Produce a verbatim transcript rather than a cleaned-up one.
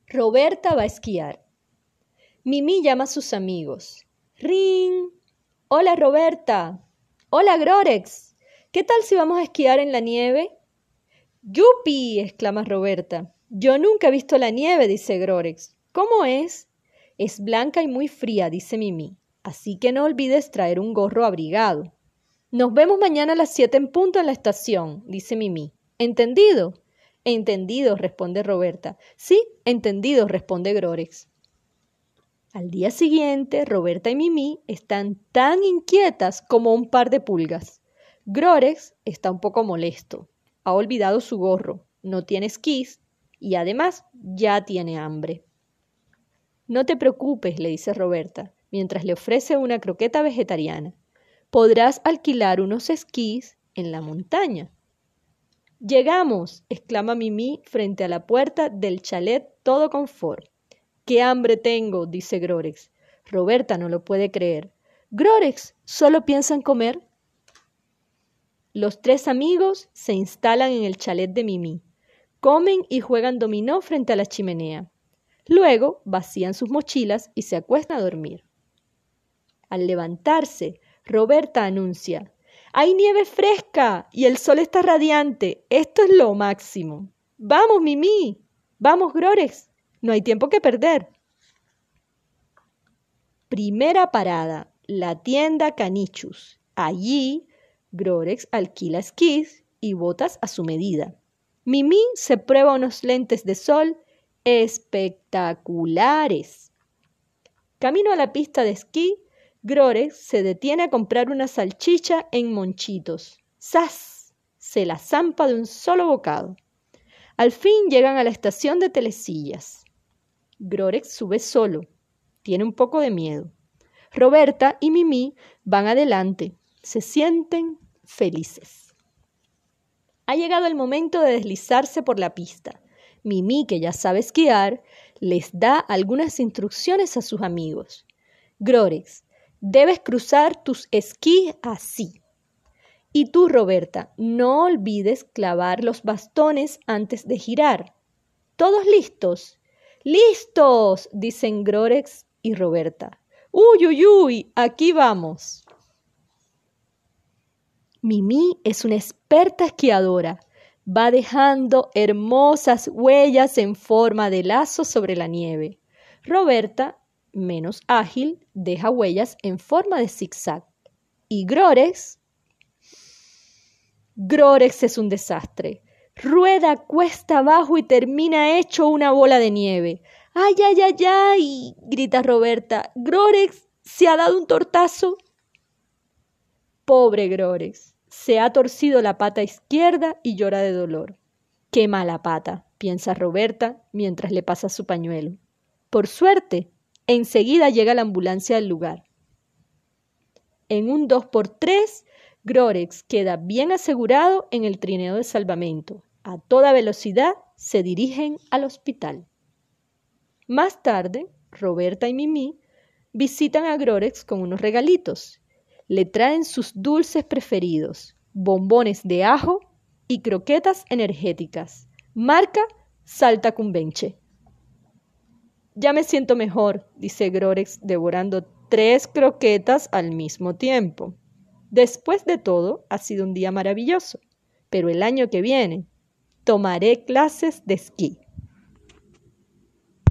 Roberta va a esquiar. Mimi llama a sus amigos. ¡Ring! ¡Hola, Roberta! ¡Hola, Grorex! ¿Qué tal si vamos a esquiar en la nieve? ¡Yupi! Exclama Roberta. Yo nunca he visto la nieve, dice Grorex. ¿Cómo es? Es blanca y muy fría, dice Mimi. Así que no olvides traer un gorro abrigado. Nos vemos mañana a las siete en punto en la estación, dice Mimi. ¿Entendido? Entendido, responde Roberta. Sí, entendido, responde Grorex. Al día siguiente, Roberta y Mimi están tan inquietas como un par de pulgas. Grorex está un poco molesto. Ha olvidado su gorro, no tiene esquís y además ya tiene hambre. No te preocupes, le dice Roberta, mientras le ofrece una croqueta vegetariana. Podrás alquilar unos esquís en la montaña. ¡Llegamos!, exclama Mimi frente a la puerta del chalet todo confort. ¡Qué hambre tengo!, dice Grorex. Roberta no lo puede creer. «Grorex, ¿solo piensa en comer?» Los tres amigos se instalan en el chalet de Mimi. Comen y juegan dominó frente a la chimenea. Luego vacían sus mochilas y se acuestan a dormir. Al levantarse, Roberta anuncia: «¡Hay nieve fresca y el sol está radiante! ¡Esto es lo máximo! ¡Vamos, Mimi! ¡Vamos, Grorex! No hay tiempo que perder». Primera parada, la tienda Canichus. Allí, Grorex alquila esquís y botas a su medida. Mimi se prueba unos lentes de sol espectaculares. Camino a la pista de esquí, Grorex se detiene a comprar una salchicha en Monchitos. ¡Zas! Se la zampa de un solo bocado. Al fin llegan a la estación de Telesillas. Grorex sube solo. Tiene un poco de miedo. Roberta y Mimi van adelante. Se sienten felices. Ha llegado el momento de deslizarse por la pista. Mimi, que ya sabe esquiar, les da algunas instrucciones a sus amigos. Grorex, debes cruzar tus esquís así. Y tú, Roberta, no olvides clavar los bastones antes de girar. ¿Todos listos? ¡Listos!, dicen Grorex y Roberta. ¡Uy, uy, uy! ¡Aquí vamos! Mimi es una experta esquiadora. Va dejando hermosas huellas en forma de lazo sobre la nieve. Roberta, menos ágil, deja huellas en forma de zigzag. ¿Y Grorex? Grorex es un desastre. Rueda cuesta abajo y termina hecho una bola de nieve. ¡Ay, ay, ay, ay!, grita Roberta. «Grorex se ha dado un tortazo». Pobre Grorex. Se ha torcido la pata izquierda y llora de dolor. «Qué mala pata», piensa Roberta mientras le pasa su pañuelo. Por suerte, enseguida llega la ambulancia al lugar. En un dos por tres, Grorex queda bien asegurado en el trineo de salvamento. A toda velocidad se dirigen al hospital. Más tarde, Roberta y Mimi visitan a Grorex con unos regalitos. Le traen sus dulces preferidos, bombones de ajo y croquetas energéticas. Marca Saltacumbenche. «Ya me siento mejor», dice Grorex devorando tres croquetas al mismo tiempo. «Después de todo, ha sido un día maravilloso, pero el año que viene tomaré clases de esquí».